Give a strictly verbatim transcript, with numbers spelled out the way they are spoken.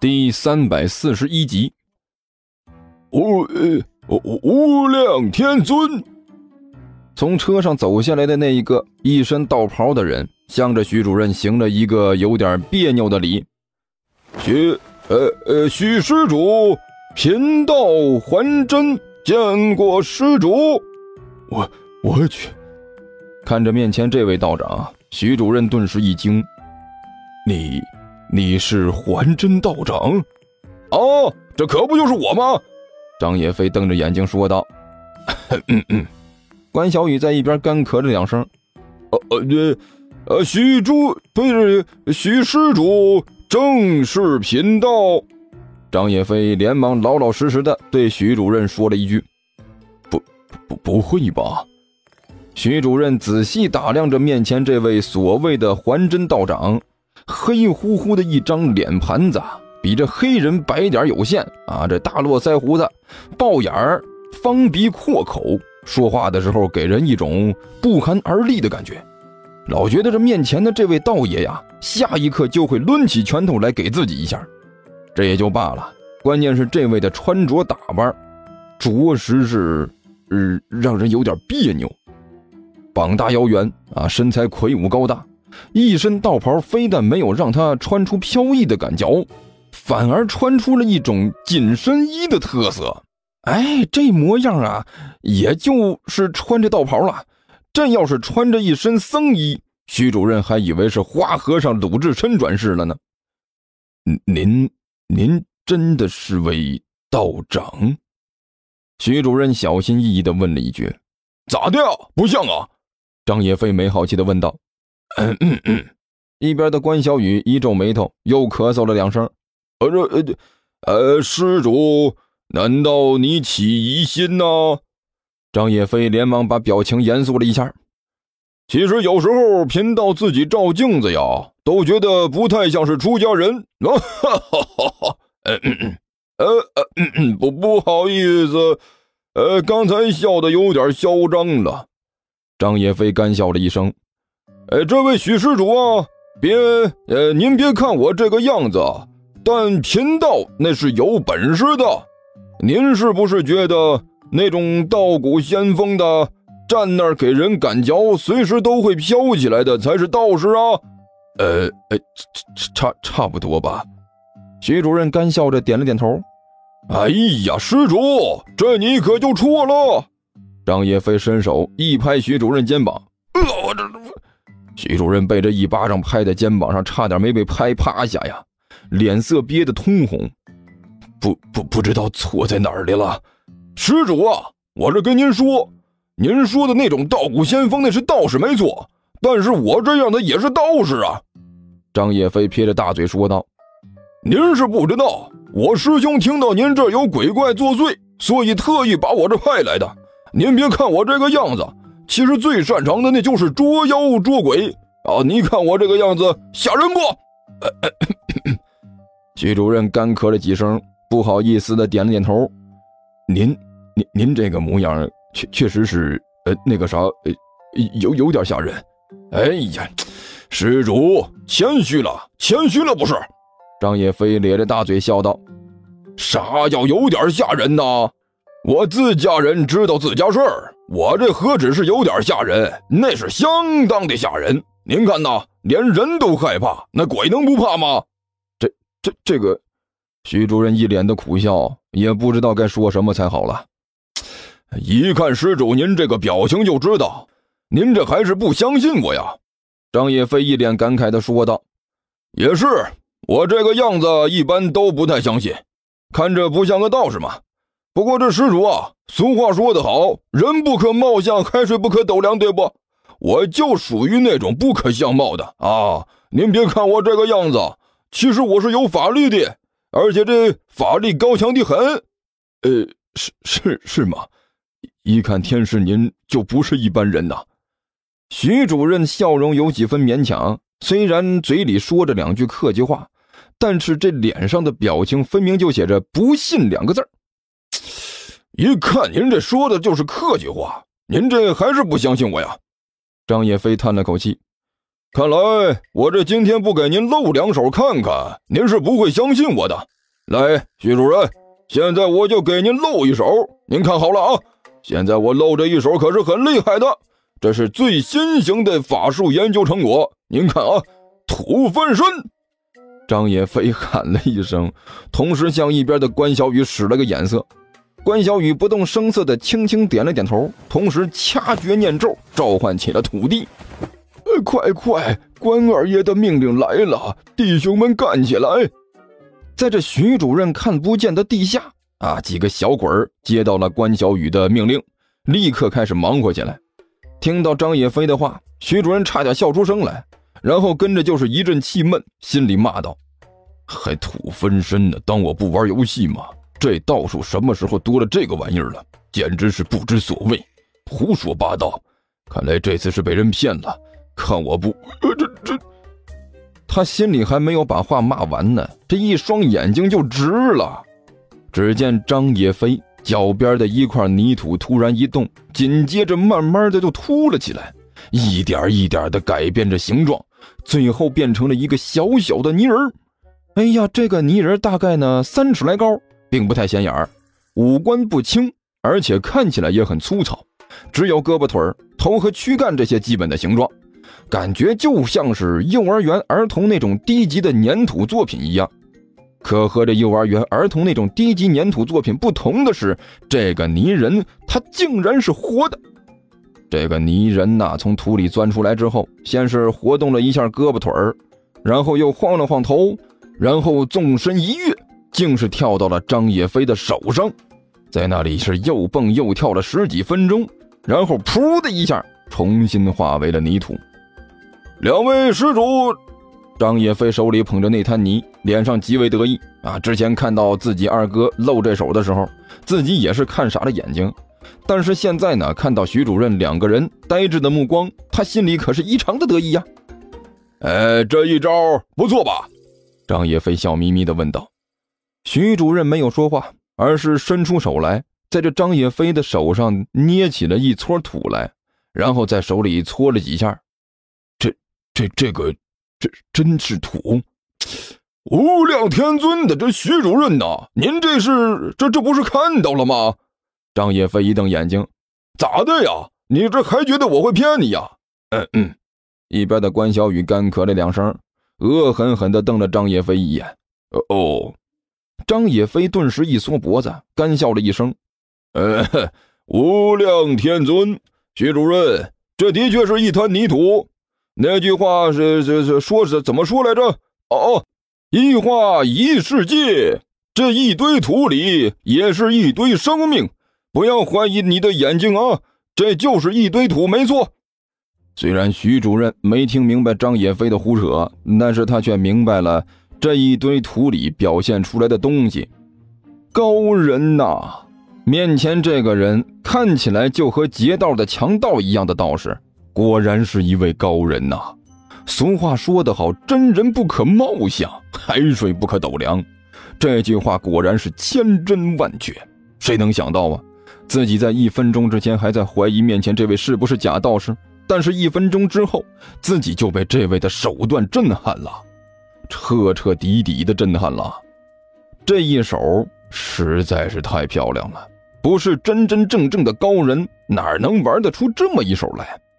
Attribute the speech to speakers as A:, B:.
A: 第三百四十一集。
B: 无呃无量天尊。
A: 从车上走下来的那一个一身道袍的人，向着徐主任行了一个有点别扭的礼。
B: 徐呃呃徐施主，贫道还真见过施主。
A: 我我去！看着面前这位道长，徐主任顿时一惊。你你是还真道长？
B: 啊，这可不就是我吗？
A: 张野飞瞪着眼睛说道。嗯嗯，关小雨在一边干咳着两声。
B: 呃呃呃，徐主不是徐施主，正是贫道。
A: 张野飞连忙老老实实的对徐主任说了一句：“不不不会吧？”徐主任仔细打量着面前这位所谓的还真道长，黑乎乎的一张脸盘子，比这黑人白点有限啊！这大络腮胡子，爆眼儿，方鼻阔口，说话的时候给人一种不寒而栗的感觉。老觉得这面前的这位道爷呀，下一刻就会抡起拳头来给自己一下。这也就罢了，关键是这位的穿着打扮，着实是，呃，让人有点别扭。膀大腰圆啊，身材魁梧高大，一身道袍非但没有让他穿出飘逸的感觉，反而穿出了一种紧身衣的特色。哎，这模样啊，也就是穿着道袍了。这要是穿着一身僧衣，徐主任还以为是花和尚鲁智深转世了呢。您您真的是位道长？徐主任小心翼翼地问了一句。
B: 咋的呀？不像啊？
A: 张野飞没好气地问道。嗯嗯嗯。一边的关小雨一皱眉头，又咳嗽了两声。
B: 呃呃呃，施主，难道你起疑心呢？
A: 张野飞连忙把表情严肃了一下。
B: 其实有时候贫道自己照镜子呀，都觉得不太像是出家人。啊哈哈哈哈！呃呃呃，不不好意思，呃，刚才笑的有点嚣张了。
A: 张野飞干笑了一声。
B: 呃，这位许施主啊，别呃，您别看我这个样子，但贫道那是有本事的。您是不是觉得那种道骨仙风的，站那儿给人感觉随时都会飘起来的才是道士啊？
A: 呃呃，差差不多吧。徐主任干笑着点了点头。
B: 哎呀，施主，这你可就错了。
A: 张野飞伸手一拍徐主任肩膀。
B: 呃，我这
A: 徐主任被这一巴掌拍在肩膀上，差点没被拍趴下呀，脸色憋得通红。
B: 不不不知道错在哪儿里了。施主啊，我这跟您说，您说的那种道骨仙风那是道士没错，但是我这样的也是道士啊。
A: 张野飞撇着大嘴说道。
B: 您是不知道，我师兄听到您这儿有鬼怪作祟，所以特意把我这派来的。您别看我这个样子，其实最擅长的那就是捉妖捉鬼啊！你看我这个样子吓人不？
A: 徐主任干咳了几声，不好意思的点了点头。您您您这个模样确确实是呃那个啥呃有有点吓人。
B: 哎呀，施主谦虚了，谦虚了不是？
A: 张野飞咧着大嘴笑道。
B: 啥叫有点吓人呢？我自家人知道自家事儿，我这何止是有点吓人，那是相当的吓人。您看呐，连人都害怕，那鬼能不怕吗？
A: 这这这个，徐主任一脸的苦笑，也不知道该说什么才好了。
B: 一看施主您这个表情就知道，您这还是不相信我呀。
A: 张野飞一脸感慨地说道。
B: 也是，我这个样子一般都不太相信，看着不像个道士嘛。不过这施主啊，俗话说得好，人不可貌相，海水不可斗量，对不？我就属于那种不可相貌的啊！您别看我这个样子，其实我是有法力的，而且这法力高强的很。
A: 呃，是是是吗？一看天师您就不是一般人呐。徐主任笑容有几分勉强，虽然嘴里说着两句客气话，但是这脸上的表情分明就写着不信两个字儿。
B: 一看您这说的就是客气话，您这还是不相信我呀？
A: 张野飞叹了口气。
B: 看来我这今天不给您露两手看看，您是不会相信我的。来，徐主任，现在我就给您露一手，您看好了啊！现在我露这一手可是很厉害的，这是最新型的法术研究成果。您看啊，土分身！
A: 张野飞喊了一声，同时向一边的关小雨使了个眼色。关小雨不动声色地轻轻点了点头，同时掐诀念咒，召唤起了土地。呃，快快，关二爷的命令来了，弟兄们干起来！在这徐主任看不见的地下啊，几个小鬼儿接到了关小雨的命令，立刻开始忙活起来。听到张野飞的话，徐主任差点笑出声来，然后跟着就是一阵气闷，心里骂道：还土分身呢，当我不玩游戏吗？这道术什么时候多了这个玩意儿了？简直是不知所谓，胡说八道！看来这次是被人骗了，看我不……呃、这这……他心里还没有把话骂完呢，这一双眼睛就直了。只见张野飞脚边的一块泥土突然一动，紧接着慢慢的就凸了起来，一点一点的改变着形状，最后变成了一个小小的泥人。哎呀，这个泥人大概呢三尺来高，并不太显眼，五官不清，而且看起来也很粗糙，只有胳膊腿、头和躯干这些基本的形状，感觉就像是幼儿园儿童那种低级的粘土作品一样。可和这幼儿园儿童那种低级粘土作品不同的是，这个泥人他竟然是活的。这个泥人呐、啊，从土里钻出来之后，先是活动了一下胳膊腿儿，然后又晃了晃头，然后纵身一跃，竟是跳到了张野飞的手上，在那里是又蹦又跳了十几分钟，然后噗的一下重新化为了泥土。
B: 两位施主，
A: 张野飞手里捧着那滩泥，脸上极为得意啊！之前看到自己二哥露这手的时候，自己也是看傻了眼睛，但是现在呢，看到徐主任两个人呆滞的目光，他心里可是异常的得意呀。
B: 哎，这一招不错吧？
A: 张野飞笑眯眯地问道。徐主任没有说话，而是伸出手来，在这张野飞的手上捏起了一撮土来，然后在手里搓了几下。这这这个这真是土！
B: 无量天尊的这徐主任呐，您这是这这不是看到了吗？
A: 张野飞一瞪眼睛，
B: 咋的呀？你这还觉得我会骗你呀？
A: 嗯嗯。一边的关小雨干咳了两声，恶狠狠地瞪了张野飞一眼。
B: 哦哦。
A: 张野飞顿时一缩脖子，干笑了一声。
B: 呃，无量天尊，徐主任，这的确是一滩泥土。那句话是是是说是怎么说来着？哦，一花一世界，这一堆土里也是一堆生命，不要怀疑你的眼睛啊，这就是一堆土没错。
A: 虽然徐主任没听明白张野飞的胡扯，但是他却明白了这一堆土里表现出来的东西。高人呐！面前这个人看起来就和劫道的强盗一样的道士，果然是一位高人呐！俗话说得好，真人不可貌相，海水不可斗量。这句话果然是千真万确。谁能想到啊，自己在一分钟之前还在怀疑面前这位是不是假道士，但是一分钟之后，自己就被这位的手段震撼了，彻彻底底的震撼了。这一手实在是太漂亮了，不是真真正正的高人，哪能玩得出这么一手来？